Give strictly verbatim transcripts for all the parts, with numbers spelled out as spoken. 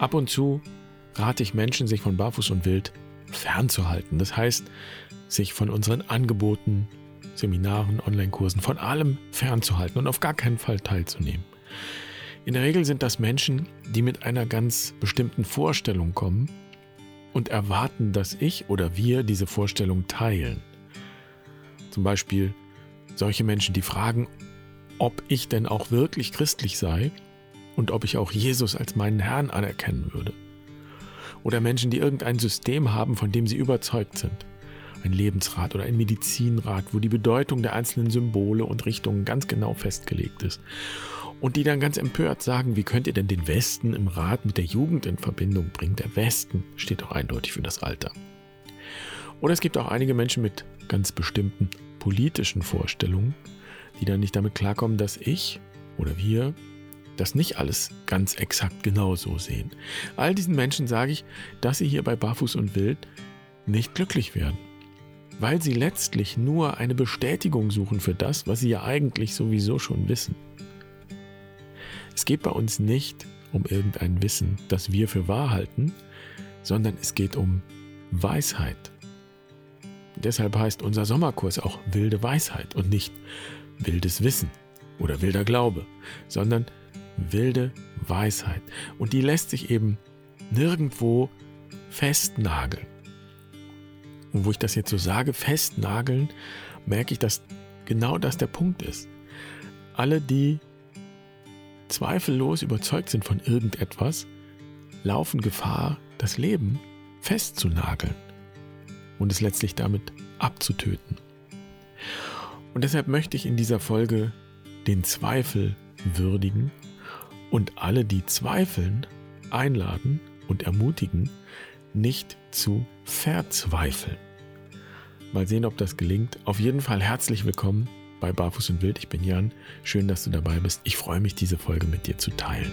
Ab und zu rate ich Menschen, sich von Barfuß und Wild fernzuhalten. Das heißt, sich von unseren Angeboten, Seminaren, Online-Kursen, von allem fernzuhalten und auf gar keinen Fall teilzunehmen. In der Regel sind das Menschen, die mit einer ganz bestimmten Vorstellung kommen und erwarten, dass ich oder wir diese Vorstellung teilen. Zum Beispiel solche Menschen, die fragen, ob ich denn auch wirklich christlich sei und ob ich auch Jesus als meinen Herrn anerkennen würde. Oder Menschen, die irgendein System haben, von dem sie überzeugt sind. Ein Lebensrat oder ein Medizinrat, wo die Bedeutung der einzelnen Symbole und Richtungen ganz genau festgelegt ist. Und die dann ganz empört sagen, wie könnt ihr denn den Westen im Rat mit der Jugend in Verbindung bringen? Der Westen steht doch eindeutig für das Alter. Oder es gibt auch einige Menschen mit ganz bestimmten politischen Vorstellungen, die dann nicht damit klarkommen, dass ich oder wir das nicht alles ganz exakt genau so sehen. All diesen Menschen sage ich, dass sie hier bei Barfuß und Wild nicht glücklich werden, weil sie letztlich nur eine Bestätigung suchen für das, was sie ja eigentlich sowieso schon wissen. Es geht bei uns nicht um irgendein Wissen, das wir für wahr halten, sondern es geht um Weisheit. Deshalb heißt unser Sommerkurs auch wilde Weisheit und nicht wildes Wissen oder wilder Glaube, sondern wilde Weisheit. Und die lässt sich eben nirgendwo festnageln. Und wo ich das jetzt so sage, festnageln, merke ich, dass genau das der Punkt ist. Alle, die zweifellos überzeugt sind von irgendetwas, laufen Gefahr, das Leben festzunageln und es letztlich damit abzutöten. Und deshalb möchte ich in dieser Folge den Zweifel würdigen und alle, die zweifeln, einladen und ermutigen, nicht zu verzweifeln. Mal sehen, ob das gelingt. Auf jeden Fall herzlich willkommen bei Barfuß und Wild. Ich bin Jan. Schön, dass du dabei bist. Ich freue mich, diese Folge mit dir zu teilen.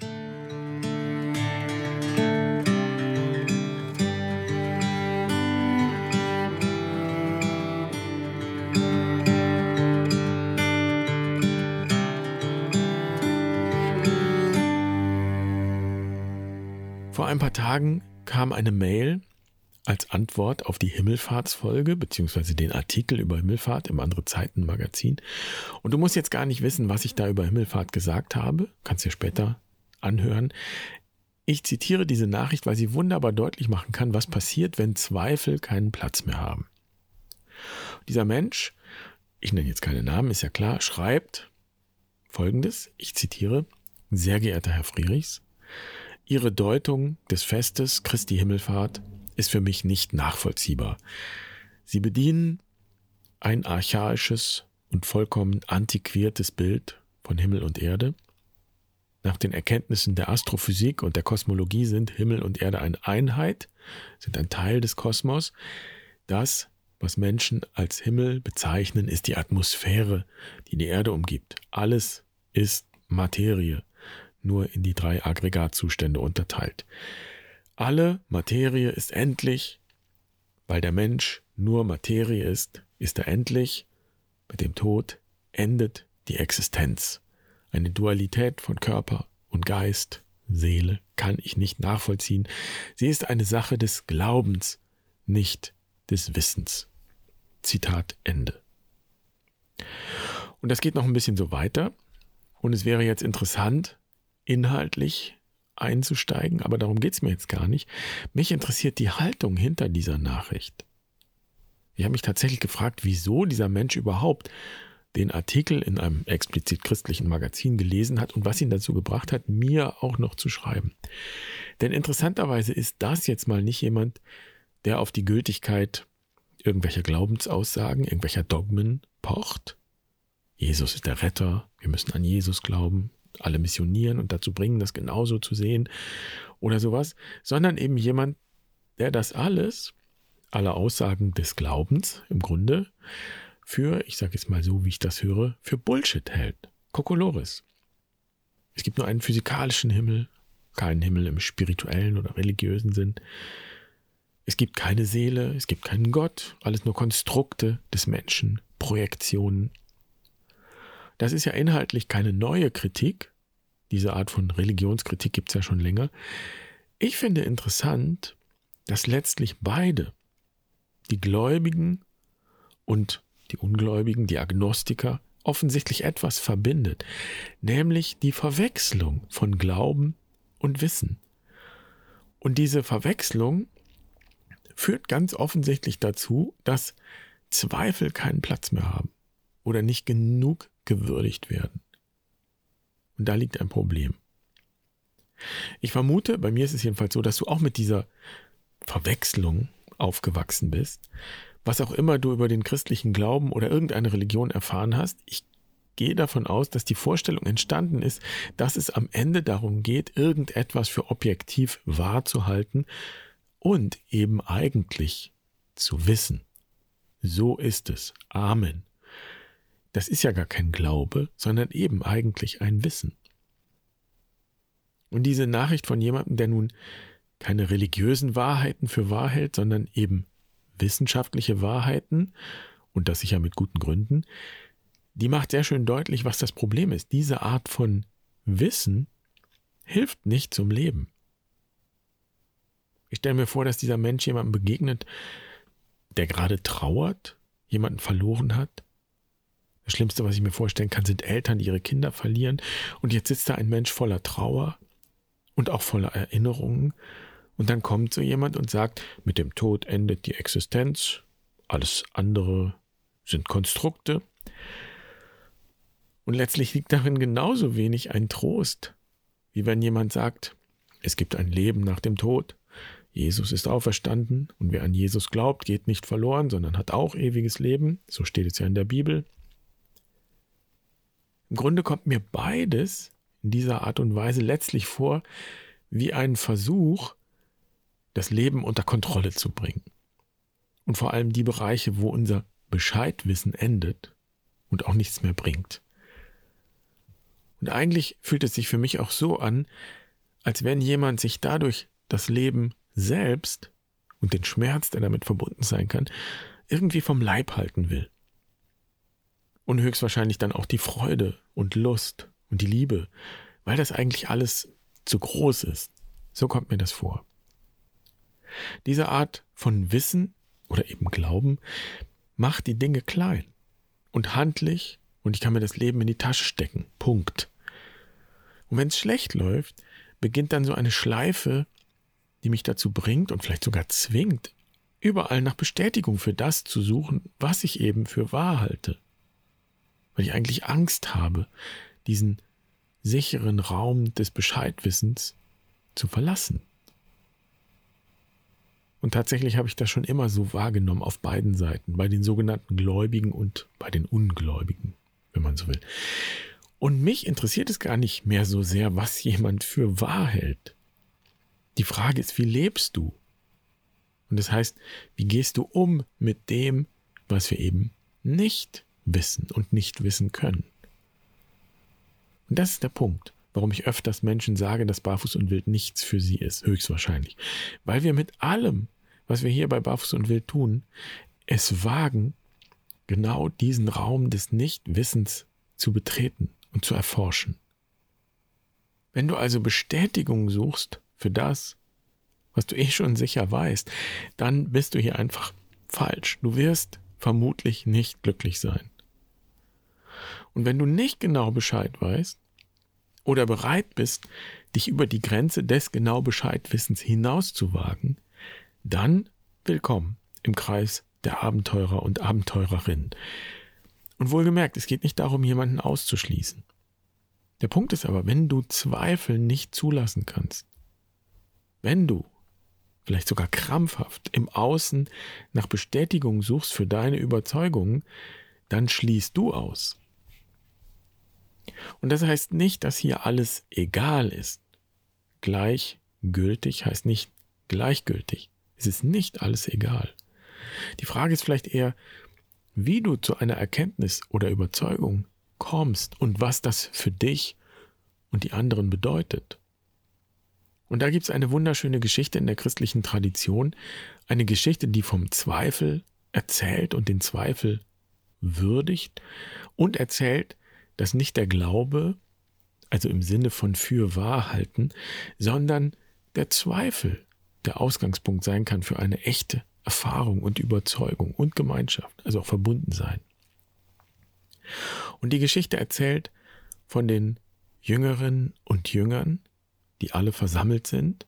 Vor ein paar Tagen kam eine Mail als Antwort auf die Himmelfahrtsfolge beziehungsweise den Artikel über Himmelfahrt im Andere Zeiten Magazin. Und du musst jetzt gar nicht wissen, was ich da über Himmelfahrt gesagt habe. Kannst dir später anhören. Ich zitiere diese Nachricht, weil sie wunderbar deutlich machen kann, was passiert, wenn Zweifel keinen Platz mehr haben. Dieser Mensch, ich nenne jetzt keine Namen, ist ja klar, schreibt Folgendes, ich zitiere, sehr geehrter Herr Frierichs, Ihre Deutung des Festes Christi Himmelfahrt ist für mich nicht nachvollziehbar. Sie bedienen ein archaisches und vollkommen antiquiertes Bild von Himmel und Erde. Nach den Erkenntnissen der Astrophysik und der Kosmologie sind Himmel und Erde eine Einheit, sind ein Teil des Kosmos. Das, was Menschen als Himmel bezeichnen, ist die Atmosphäre, die die Erde umgibt. Alles ist Materie, nur in die drei Aggregatzustände unterteilt. Alle Materie ist endlich, weil der Mensch nur Materie ist, ist er endlich. Mit dem Tod endet die Existenz. Eine Dualität von Körper und Geist, Seele kann ich nicht nachvollziehen. Sie ist eine Sache des Glaubens, nicht des Wissens. Zitat Ende. Und das geht noch ein bisschen so weiter. Und es wäre jetzt interessant, inhaltlich einzusteigen, aber darum geht es mir jetzt gar nicht. Mich interessiert die Haltung hinter dieser Nachricht. Ich habe mich tatsächlich gefragt, wieso dieser Mensch überhaupt den Artikel in einem explizit christlichen Magazin gelesen hat und was ihn dazu gebracht hat, mir auch noch zu schreiben. Denn interessanterweise ist das jetzt mal nicht jemand, der auf die Gültigkeit irgendwelcher Glaubensaussagen, irgendwelcher Dogmen pocht. Jesus ist der Retter, wir müssen an Jesus glauben, alle missionieren und dazu bringen, das genauso zu sehen oder sowas, sondern eben jemand, der das alles, alle Aussagen des Glaubens im Grunde, für, ich sage jetzt mal so, wie ich das höre, für Bullshit hält. Kokolores. Es gibt nur einen physikalischen Himmel, keinen Himmel im spirituellen oder religiösen Sinn. Es gibt keine Seele, es gibt keinen Gott, alles nur Konstrukte des Menschen, Projektionen. Das ist ja inhaltlich keine neue Kritik. Diese Art von Religionskritik gibt es ja schon länger. Ich finde interessant, dass letztlich beide, die Gläubigen und die Ungläubigen, die Agnostiker, offensichtlich etwas verbindet, nämlich die Verwechslung von Glauben und Wissen. Und diese Verwechslung führt ganz offensichtlich dazu, dass Zweifel keinen Platz mehr haben oder nicht genug gewürdigt werden. Und da liegt ein Problem. Ich vermute, bei mir ist es jedenfalls so, dass du auch mit dieser Verwechslung aufgewachsen bist. Was auch immer du über den christlichen Glauben oder irgendeine Religion erfahren hast, ich gehe davon aus, dass die Vorstellung entstanden ist, dass es am Ende darum geht, irgendetwas für objektiv wahrzuhalten und eben eigentlich zu wissen. So ist es. Amen. Das ist ja gar kein Glaube, sondern eben eigentlich ein Wissen. Und diese Nachricht von jemandem, der nun keine religiösen Wahrheiten für wahr hält, sondern eben wissenschaftliche Wahrheiten, und das sicher mit guten Gründen, die macht sehr schön deutlich, was das Problem ist. Diese Art von Wissen hilft nicht zum Leben. Ich stelle mir vor, dass dieser Mensch jemandem begegnet, der gerade trauert, jemanden verloren hat. Das Schlimmste, was ich mir vorstellen kann, sind Eltern, die ihre Kinder verlieren. Und jetzt sitzt da ein Mensch voller Trauer und auch voller Erinnerungen. Und dann kommt so jemand und sagt, mit dem Tod endet die Existenz, alles andere sind Konstrukte. Und letztlich liegt darin genauso wenig ein Trost, wie wenn jemand sagt, es gibt ein Leben nach dem Tod, Jesus ist auferstanden und wer an Jesus glaubt, geht nicht verloren, sondern hat auch ewiges Leben, so steht es ja in der Bibel. Im Grunde kommt mir beides in dieser Art und Weise letztlich vor, wie ein Versuch, das Leben unter Kontrolle zu bringen. Und vor allem die Bereiche, wo unser Bescheidwissen endet und auch nichts mehr bringt. Und eigentlich fühlt es sich für mich auch so an, als wenn jemand sich dadurch das Leben selbst und den Schmerz, der damit verbunden sein kann, irgendwie vom Leib halten will. Und höchstwahrscheinlich dann auch die Freude und Lust und die Liebe, weil das eigentlich alles zu groß ist. So kommt mir das vor. Diese Art von Wissen oder eben Glauben macht die Dinge klein und handlich und ich kann mir das Leben in die Tasche stecken. Punkt. Und wenn es schlecht läuft, beginnt dann so eine Schleife, die mich dazu bringt und vielleicht sogar zwingt, überall nach Bestätigung für das zu suchen, was ich eben für wahr halte. Weil ich eigentlich Angst habe, diesen sicheren Raum des Bescheidwissens zu verlassen. Und tatsächlich habe ich das schon immer so wahrgenommen auf beiden Seiten, bei den sogenannten Gläubigen und bei den Ungläubigen, wenn man so will. Und mich interessiert es gar nicht mehr so sehr, was jemand für wahr hält. Die Frage ist, wie lebst du? Und das heißt, wie gehst du um mit dem, was wir eben nicht wissen und nicht wissen können? Und das ist der Punkt, warum ich öfters Menschen sage, dass Barfuß und Wild nichts für sie ist, höchstwahrscheinlich. Weil wir mit allem, was wir hier bei Barfuß und Wild tun, es wagen, genau diesen Raum des Nichtwissens zu betreten und zu erforschen. Wenn du also Bestätigung suchst für das, was du eh schon sicher weißt, dann bist du hier einfach falsch. Du wirst vermutlich nicht glücklich sein. Und wenn du nicht genau Bescheid weißt oder bereit bist, dich über die Grenze des genau Bescheidwissens hinauszuwagen, dann willkommen im Kreis der Abenteurer und Abenteurerinnen. Und wohlgemerkt, es geht nicht darum, jemanden auszuschließen. Der Punkt ist aber, wenn du Zweifel nicht zulassen kannst, wenn du vielleicht sogar krampfhaft im Außen nach Bestätigung suchst für deine Überzeugungen, dann schließt du aus. Und das heißt nicht, dass hier alles egal ist. Gleichgültig heißt nicht gleichgültig. Es ist nicht alles egal. Die Frage ist vielleicht eher, wie du zu einer Erkenntnis oder Überzeugung kommst und was das für dich und die anderen bedeutet. Und da gibt es eine wunderschöne Geschichte in der christlichen Tradition, eine Geschichte, die vom Zweifel erzählt und den Zweifel würdigt und erzählt, dass nicht der Glaube, also im Sinne von für wahr halten, sondern der Zweifel der Ausgangspunkt sein kann für eine echte Erfahrung und Überzeugung und Gemeinschaft, also auch Verbundensein. Und die Geschichte erzählt von den Jüngerinnen und Jüngern, die alle versammelt sind.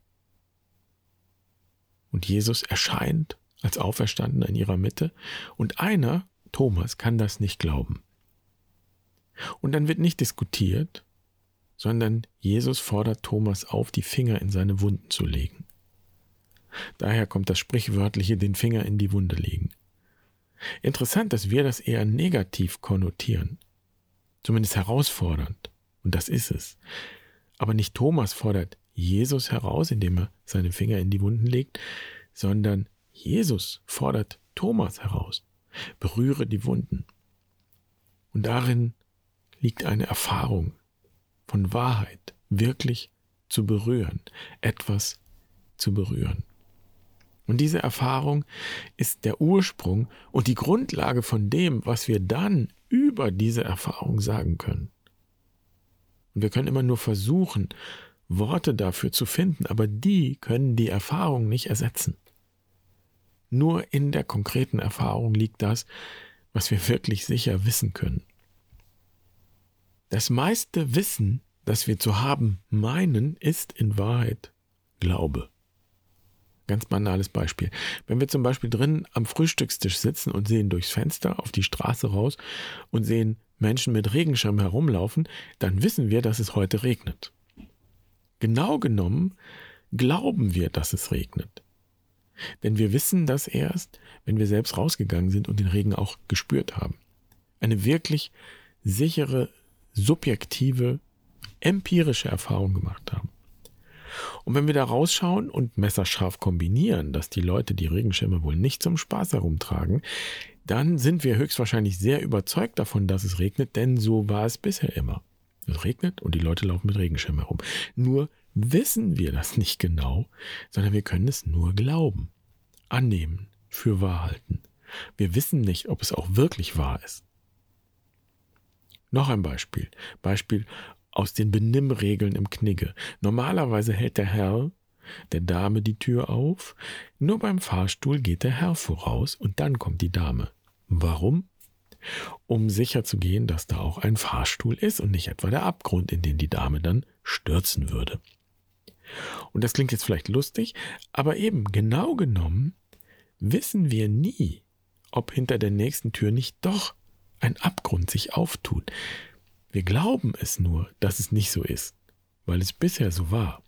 Und Jesus erscheint als Auferstandener in ihrer Mitte. Und einer, Thomas, kann das nicht glauben. Und dann wird nicht diskutiert, sondern Jesus fordert Thomas auf, die Finger in seine Wunden zu legen. Daher kommt das sprichwörtliche, den Finger in die Wunde legen. Interessant, dass wir das eher negativ konnotieren. Zumindest herausfordernd. Und das ist es. Aber nicht Thomas fordert Jesus heraus, indem er seine Finger in die Wunden legt, sondern Jesus fordert Thomas heraus. Berühre die Wunden. Und darin liegt eine Erfahrung von Wahrheit, wirklich zu berühren, etwas zu berühren. Und diese Erfahrung ist der Ursprung und die Grundlage von dem, was wir dann über diese Erfahrung sagen können. Und wir können immer nur versuchen, Worte dafür zu finden, aber die können die Erfahrung nicht ersetzen. Nur in der konkreten Erfahrung liegt das, was wir wirklich sicher wissen können. Das meiste Wissen, das wir zu haben meinen, ist in Wahrheit Glaube. Ganz banales Beispiel. Wenn wir zum Beispiel drinnen am Frühstückstisch sitzen und sehen durchs Fenster auf die Straße raus und sehen Menschen mit Regenschirm herumlaufen, dann wissen wir, dass es heute regnet. Genau genommen glauben wir, dass es regnet. Denn wir wissen das erst, wenn wir selbst rausgegangen sind und den Regen auch gespürt haben. Eine wirklich sichere, subjektive, empirische Erfahrung gemacht haben. Und wenn wir da rausschauen und messerscharf kombinieren, dass die Leute die Regenschirme wohl nicht zum Spaß herumtragen, dann sind wir höchstwahrscheinlich sehr überzeugt davon, dass es regnet, denn so war es bisher immer. Es regnet und die Leute laufen mit Regenschirmen herum. Nur wissen wir das nicht genau, sondern wir können es nur glauben, annehmen, für wahr halten. Wir wissen nicht, ob es auch wirklich wahr ist. Noch ein Beispiel. Beispiel aus den Benimmregeln im Knigge. Normalerweise hält der Herr der Dame die Tür auf, nur beim Fahrstuhl geht der Herr voraus und dann kommt die Dame. Warum? Um sicherzugehen, dass da auch ein Fahrstuhl ist und nicht etwa der Abgrund, in den die Dame dann stürzen würde. Und das klingt jetzt vielleicht lustig, aber eben genau genommen wissen wir nie, ob hinter der nächsten Tür nicht doch ein Abgrund sich auftut. Wir glauben es nur, dass es nicht so ist, weil es bisher so war.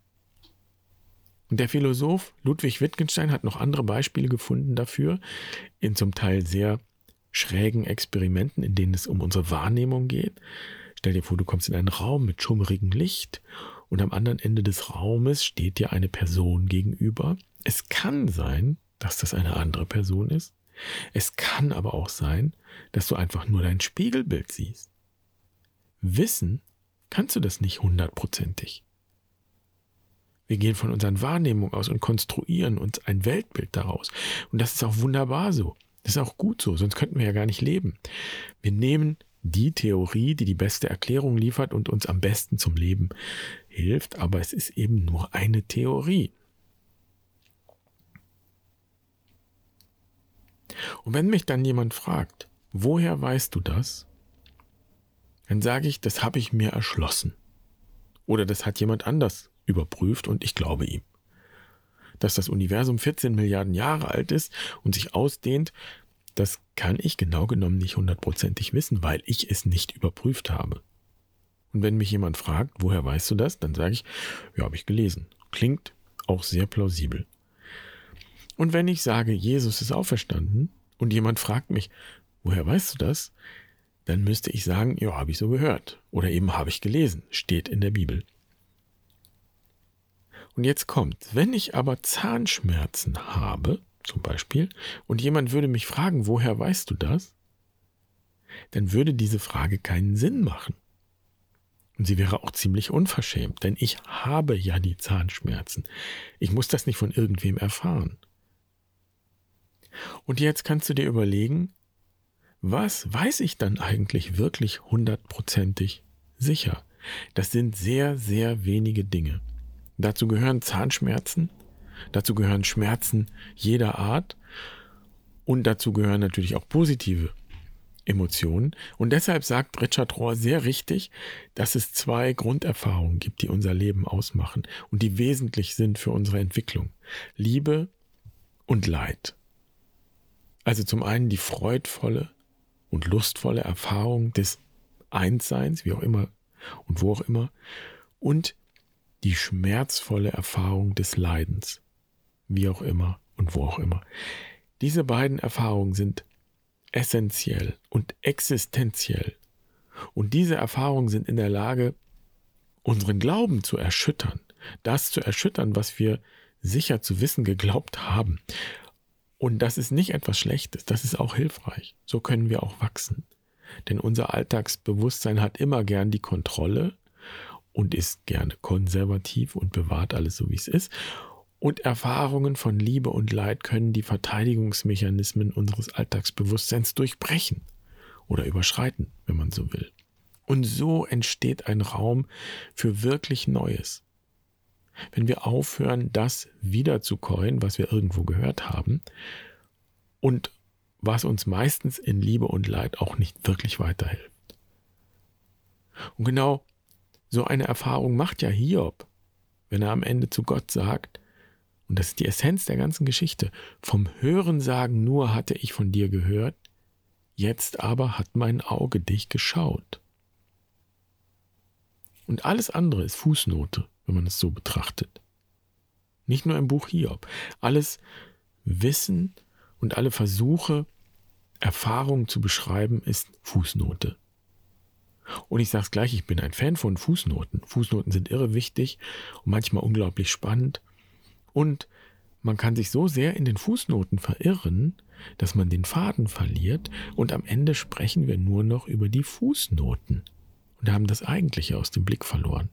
Und der Philosoph Ludwig Wittgenstein hat noch andere Beispiele gefunden dafür, in zum Teil sehr schrägen Experimenten, in denen es um unsere Wahrnehmung geht. Stell dir vor, du kommst in einen Raum mit schummerigem Licht und am anderen Ende des Raumes steht dir eine Person gegenüber. Es kann sein, dass das eine andere Person ist. Es kann aber auch sein, dass du einfach nur dein Spiegelbild siehst. Wissen kannst du das nicht hundertprozentig. Wir gehen von unseren Wahrnehmungen aus und konstruieren uns ein Weltbild daraus. Und das ist auch wunderbar so. Das ist auch gut so, sonst könnten wir ja gar nicht leben. Wir nehmen die Theorie, die die beste Erklärung liefert und uns am besten zum Leben hilft, aber es ist eben nur eine Theorie. Und wenn mich dann jemand fragt, woher weißt du das? Dann sage ich, das habe ich mir erschlossen. Oder das hat jemand anders überprüft und ich glaube ihm. Dass das Universum vierzehn Milliarden Jahre alt ist und sich ausdehnt, das kann ich genau genommen nicht hundertprozentig wissen, weil ich es nicht überprüft habe. Und wenn mich jemand fragt, woher weißt du das, dann sage ich, ja, habe ich gelesen. Klingt auch sehr plausibel. Und wenn ich sage, Jesus ist auferstanden und jemand fragt mich, woher weißt du das, dann müsste ich sagen, ja, habe ich so gehört. Oder eben habe ich gelesen, steht in der Bibel. Und jetzt kommt, wenn ich aber Zahnschmerzen habe, zum Beispiel, und jemand würde mich fragen, woher weißt du das? Dann würde diese Frage keinen Sinn machen. Und sie wäre auch ziemlich unverschämt, denn ich habe ja die Zahnschmerzen. Ich muss das nicht von irgendwem erfahren. Und jetzt kannst du dir überlegen, was weiß ich dann eigentlich wirklich hundertprozentig sicher? Das sind sehr, sehr wenige Dinge. Dazu gehören Zahnschmerzen, dazu gehören Schmerzen jeder Art und dazu gehören natürlich auch positive Emotionen. Und deshalb sagt Richard Rohr sehr richtig, dass es zwei Grunderfahrungen gibt, die unser Leben ausmachen und die wesentlich sind für unsere Entwicklung. Liebe und Leid. Also zum einen die freudvolle und lustvolle Erfahrung des Einsseins, wie auch immer und wo auch immer, und die schmerzvolle Erfahrung des Leidens, wie auch immer und wo auch immer. Diese beiden Erfahrungen sind essentiell und existenziell. Und diese Erfahrungen sind in der Lage, unseren Glauben zu erschüttern. Das zu erschüttern, was wir sicher zu wissen geglaubt haben. Und das ist nicht etwas Schlechtes, das ist auch hilfreich. So können wir auch wachsen. Denn unser Alltagsbewusstsein hat immer gern die Kontrolle und ist gerne konservativ und bewahrt alles so, wie es ist. Und Erfahrungen von Liebe und Leid können die Verteidigungsmechanismen unseres Alltagsbewusstseins durchbrechen oder überschreiten, wenn man so will. Und so entsteht ein Raum für wirklich Neues. Wenn wir aufhören, das wiederzukäuen, was wir irgendwo gehört haben und was uns meistens in Liebe und Leid auch nicht wirklich weiterhilft. Und genau so eine Erfahrung macht ja Hiob, wenn er am Ende zu Gott sagt, und das ist die Essenz der ganzen Geschichte, vom Hörensagen nur hatte ich von dir gehört, jetzt aber hat mein Auge dich geschaut. Und alles andere ist Fußnote, wenn man es so betrachtet. Nicht nur im Buch Hiob. Alles Wissen und alle Versuche, Erfahrungen zu beschreiben, ist Fußnote. Und ich sage es gleich, ich bin ein Fan von Fußnoten. Fußnoten sind irre wichtig und manchmal unglaublich spannend. Und man kann sich so sehr in den Fußnoten verirren, dass man den Faden verliert und am Ende sprechen wir nur noch über die Fußnoten und haben das Eigentliche aus dem Blick verloren.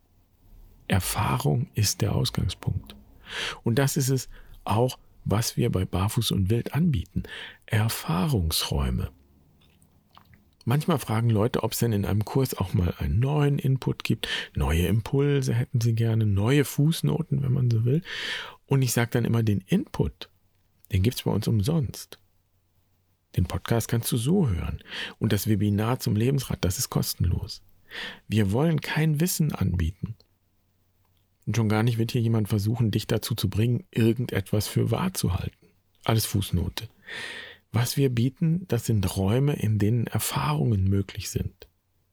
Erfahrung ist der Ausgangspunkt. Und das ist es auch, was wir bei Barfuß und Wild anbieten. Erfahrungsräume. Manchmal fragen Leute, ob es denn in einem Kurs auch mal einen neuen Input gibt. Neue Impulse hätten sie gerne, neue Fußnoten, wenn man so will. Und ich sage dann immer, den Input, den gibt es bei uns umsonst. Den Podcast kannst du so hören. Und das Webinar zum Lebensrat, das ist kostenlos. Wir wollen kein Wissen anbieten. Und schon gar nicht wird hier jemand versuchen, dich dazu zu bringen, irgendetwas für wahr zu halten. Alles Fußnote. Was wir bieten, das sind Räume, in denen Erfahrungen möglich sind.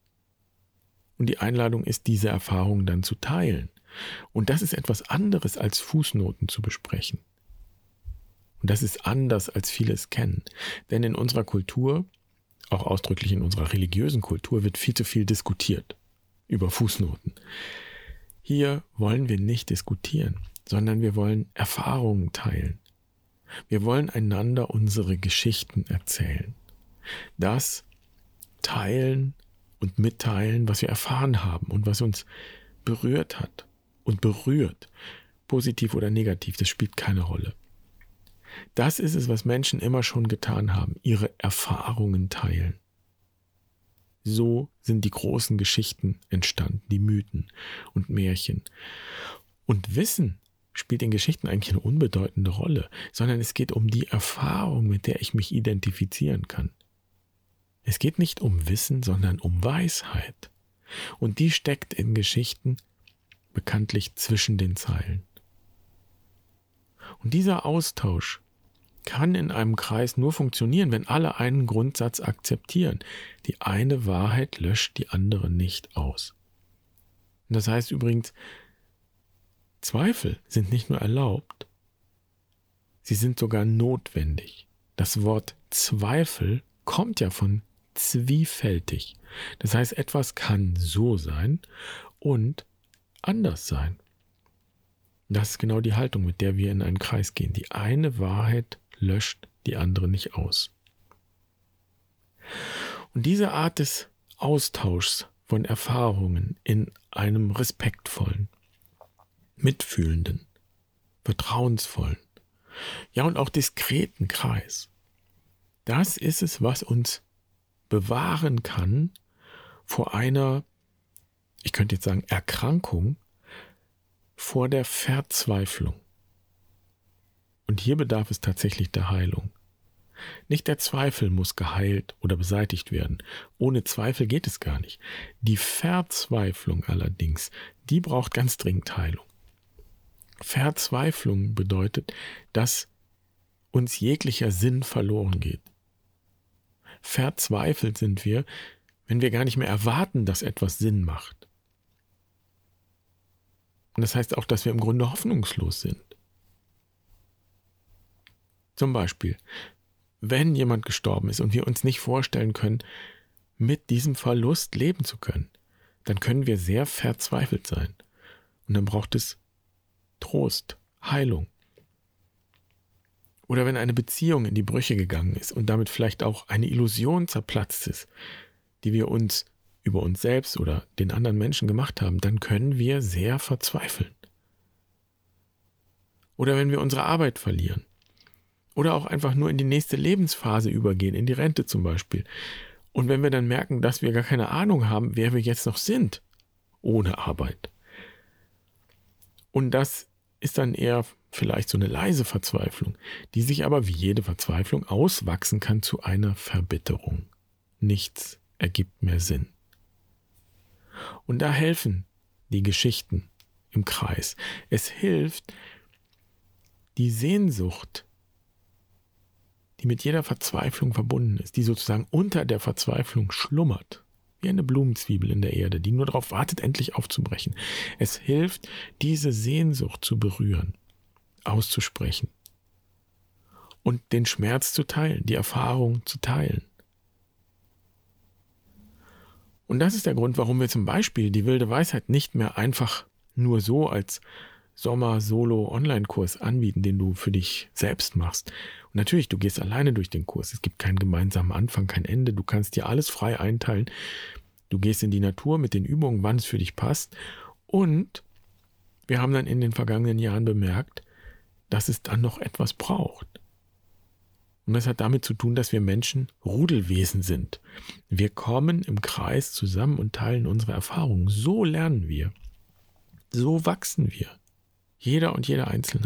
Und die Einladung ist, diese Erfahrungen dann zu teilen. Und das ist etwas anderes, als Fußnoten zu besprechen. Und das ist anders, als viele es kennen. Denn in unserer Kultur, auch ausdrücklich in unserer religiösen Kultur, wird viel zu viel diskutiert über Fußnoten. Hier wollen wir nicht diskutieren, sondern wir wollen Erfahrungen teilen. Wir wollen einander unsere Geschichten erzählen. Das teilen und mitteilen, was wir erfahren haben und was uns berührt hat und berührt, positiv oder negativ, das spielt keine Rolle. Das ist es, was Menschen immer schon getan haben, ihre Erfahrungen teilen. So sind die großen Geschichten entstanden, die Mythen und Märchen. Und Wissen spielt in Geschichten eigentlich eine unbedeutende Rolle, sondern es geht um die Erfahrung, mit der ich mich identifizieren kann. Es geht nicht um Wissen, sondern um Weisheit. Und die steckt in Geschichten bekanntlich zwischen den Zeilen. Und dieser Austausch kann in einem Kreis nur funktionieren, wenn alle einen Grundsatz akzeptieren. Die eine Wahrheit löscht die andere nicht aus. Und das heißt übrigens, Zweifel sind nicht nur erlaubt, sie sind sogar notwendig. Das Wort Zweifel kommt ja von zwiefältig. Das heißt, etwas kann so sein und anders sein. Das ist genau die Haltung, mit der wir in einen Kreis gehen. Die eine Wahrheit löscht die andere nicht aus. Und diese Art des Austauschs von Erfahrungen in einem respektvollen, mitfühlenden, vertrauensvollen, ja und auch diskreten Kreis, das ist es, was uns bewahren kann vor einer, ich könnte jetzt sagen, Erkrankung, vor der Verzweiflung. Und hier bedarf es tatsächlich der Heilung. Nicht der Zweifel muss geheilt oder beseitigt werden. Ohne Zweifel geht es gar nicht. Die Verzweiflung allerdings, die braucht ganz dringend Heilung. Verzweiflung bedeutet, dass uns jeglicher Sinn verloren geht. Verzweifelt sind wir, wenn wir gar nicht mehr erwarten, dass etwas Sinn macht. Und das heißt auch, dass wir im Grunde hoffnungslos sind. Zum Beispiel, wenn jemand gestorben ist und wir uns nicht vorstellen können, mit diesem Verlust leben zu können, dann können wir sehr verzweifelt sein. Und dann braucht es Trost, Heilung. Oder wenn eine Beziehung in die Brüche gegangen ist und damit vielleicht auch eine Illusion zerplatzt ist, die wir uns über uns selbst oder den anderen Menschen gemacht haben, dann können wir sehr verzweifeln. Oder wenn wir unsere Arbeit verlieren. Oder auch einfach nur in die nächste Lebensphase übergehen, in die Rente zum Beispiel. Und wenn wir dann merken, dass wir gar keine Ahnung haben, wer wir jetzt noch sind, ohne Arbeit. Und das ist dann eher vielleicht so eine leise Verzweiflung, die sich aber wie jede Verzweiflung auswachsen kann zu einer Verbitterung. Nichts ergibt mehr Sinn. Und da helfen die Geschichten im Kreis. Es hilft, die Sehnsucht, die mit jeder Verzweiflung verbunden ist, die sozusagen unter der Verzweiflung schlummert, wie eine Blumenzwiebel in der Erde, die nur darauf wartet, endlich aufzubrechen. Es hilft, diese Sehnsucht zu berühren, auszusprechen und den Schmerz zu teilen, die Erfahrung zu teilen. Und das ist der Grund, warum wir zum Beispiel die wilde Weisheit nicht mehr einfach nur so als Sommer-Solo-Online-Kurs anbieten, den du für dich selbst machst. Und natürlich, du gehst alleine durch den Kurs. Es gibt keinen gemeinsamen Anfang, kein Ende. Du kannst dir alles frei einteilen. Du gehst in die Natur mit den Übungen, wann es für dich passt. Und wir haben dann in den vergangenen Jahren bemerkt, dass es dann noch etwas braucht. Und das hat damit zu tun, dass wir Menschen Rudelwesen sind. Wir kommen im Kreis zusammen und teilen unsere Erfahrungen. So lernen wir. So wachsen wir. Jeder und jeder Einzelne.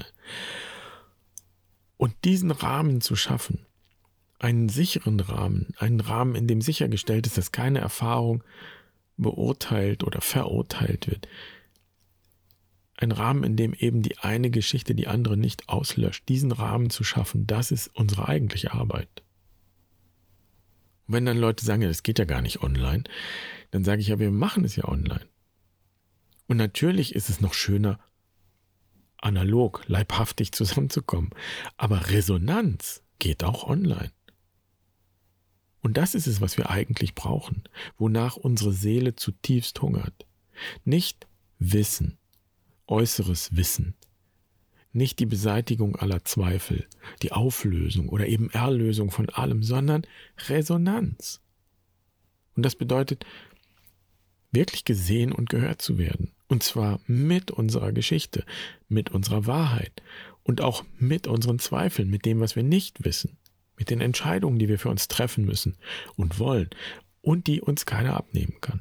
Und diesen Rahmen zu schaffen, einen sicheren Rahmen, einen Rahmen, in dem sichergestellt ist, dass keine Erfahrung beurteilt oder verurteilt wird. Ein Rahmen, in dem eben die eine Geschichte die andere nicht auslöscht. Diesen Rahmen zu schaffen, das ist unsere eigentliche Arbeit. Und wenn dann Leute sagen, ja, das geht ja gar nicht online, dann sage ich ja, wir machen es ja online. Und natürlich ist es noch schöner, analog, leibhaftig zusammenzukommen. Aber Resonanz geht auch online. Und das ist es, was wir eigentlich brauchen, wonach unsere Seele zutiefst hungert. Nicht Wissen, äußeres Wissen, nicht die Beseitigung aller Zweifel, die Auflösung oder eben Erlösung von allem, sondern Resonanz. Und das bedeutet, wirklich gesehen und gehört zu werden. Und zwar mit unserer Geschichte, mit unserer Wahrheit und auch mit unseren Zweifeln, mit dem, was wir nicht wissen, mit den Entscheidungen, die wir für uns treffen müssen und wollen und die uns keiner abnehmen kann.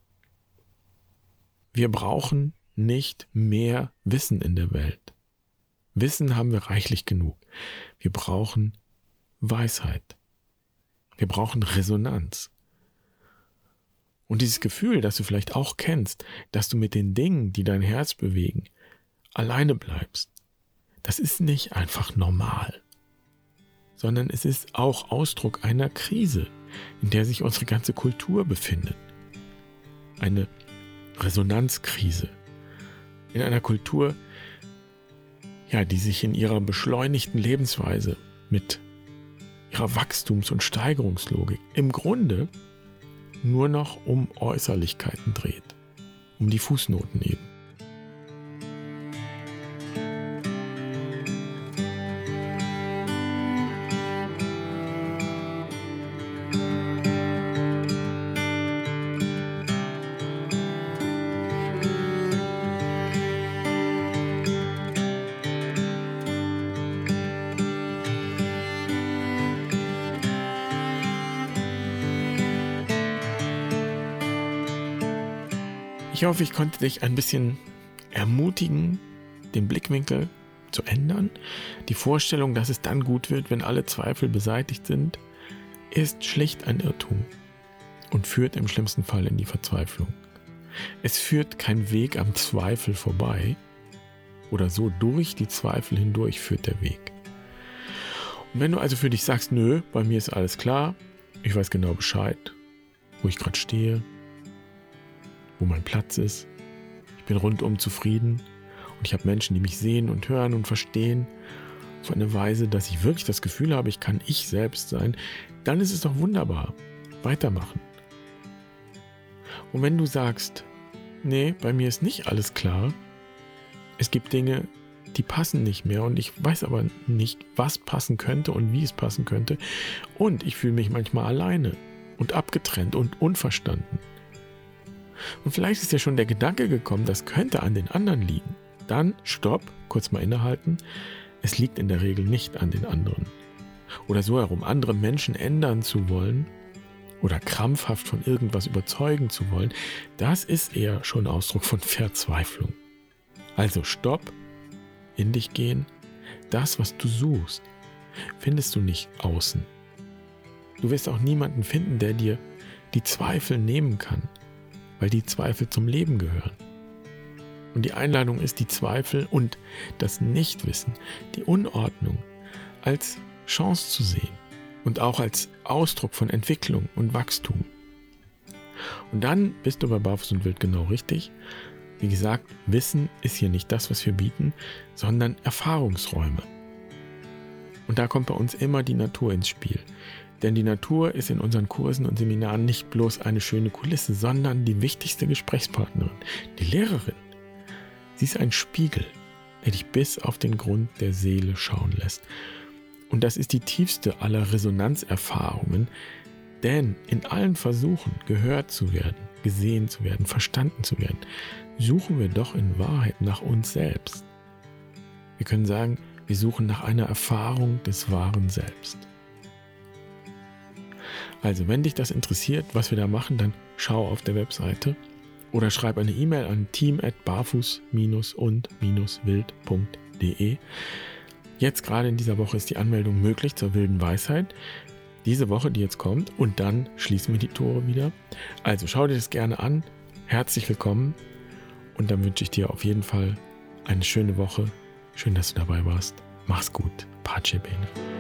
Wir brauchen nicht mehr Wissen in der Welt. Wissen haben wir reichlich genug. Wir brauchen Weisheit. Wir brauchen Resonanz. Und dieses Gefühl, das du vielleicht auch kennst, dass du mit den Dingen, die dein Herz bewegen, alleine bleibst, das ist nicht einfach normal, sondern es ist auch Ausdruck einer Krise, in der sich unsere ganze Kultur befindet. Eine Resonanzkrise. In einer Kultur, ja, die sich in ihrer beschleunigten Lebensweise mit ihrer Wachstums- und Steigerungslogik im Grunde nur noch um Äußerlichkeiten dreht, um die Fußnoten eben. Ich hoffe, ich konnte dich ein bisschen ermutigen, den Blickwinkel zu ändern. Die Vorstellung, dass es dann gut wird, wenn alle Zweifel beseitigt sind, ist schlicht ein Irrtum und führt im schlimmsten Fall in die Verzweiflung. Es führt kein Weg am Zweifel vorbei oder so durch die Zweifel hindurch führt der Weg. Und wenn du also für dich sagst, nö, bei mir ist alles klar, ich weiß genau Bescheid, wo ich gerade stehe, wo mein Platz ist, ich bin rundum zufrieden und ich habe Menschen, die mich sehen und hören und verstehen auf eine Weise, dass ich wirklich das Gefühl habe, ich kann ich selbst sein, dann ist es doch wunderbar. Weitermachen. Und wenn du sagst, nee, bei mir ist nicht alles klar, es gibt Dinge, die passen nicht mehr und ich weiß aber nicht, was passen könnte und wie es passen könnte und ich fühle mich manchmal alleine und abgetrennt und unverstanden. Und vielleicht ist ja schon der Gedanke gekommen, das könnte an den anderen liegen. Dann stopp, kurz mal innehalten. Es liegt in der Regel nicht an den anderen. Oder so herum, andere Menschen ändern zu wollen oder krampfhaft von irgendwas überzeugen zu wollen, das ist eher schon Ausdruck von Verzweiflung. Also stopp, in dich gehen. Das, was du suchst, findest du nicht außen. Du wirst auch niemanden finden, der dir die Zweifel nehmen kann, weil die Zweifel zum Leben gehören. Und die Einladung ist, die Zweifel und das Nichtwissen, die Unordnung als Chance zu sehen und auch als Ausdruck von Entwicklung und Wachstum. Und dann bist du bei Barfuß und Wild genau richtig. Wie gesagt, Wissen ist hier nicht das, was wir bieten, sondern Erfahrungsräume. Und da kommt bei uns immer die Natur ins Spiel. Denn die Natur ist in unseren Kursen und Seminaren nicht bloß eine schöne Kulisse, sondern die wichtigste Gesprächspartnerin, die Lehrerin. Sie ist ein Spiegel, der dich bis auf den Grund der Seele schauen lässt. Und das ist die tiefste aller Resonanzerfahrungen, denn in allen Versuchen, gehört zu werden, gesehen zu werden, verstanden zu werden, suchen wir doch in Wahrheit nach uns selbst. Wir können sagen, wir suchen nach einer Erfahrung des wahren Selbst. Also, wenn dich das interessiert, was wir da machen, dann schau auf der Webseite oder schreib eine E-Mail an team at barfuß und wild punkt de. Jetzt gerade in dieser Woche ist die Anmeldung möglich zur wilden Weisheit. Diese Woche, die jetzt kommt, und dann schließen wir die Tore wieder. Also schau dir das gerne an. Herzlich willkommen und dann wünsche ich dir auf jeden Fall eine schöne Woche. Schön, dass du dabei warst. Mach's gut. Pace bene.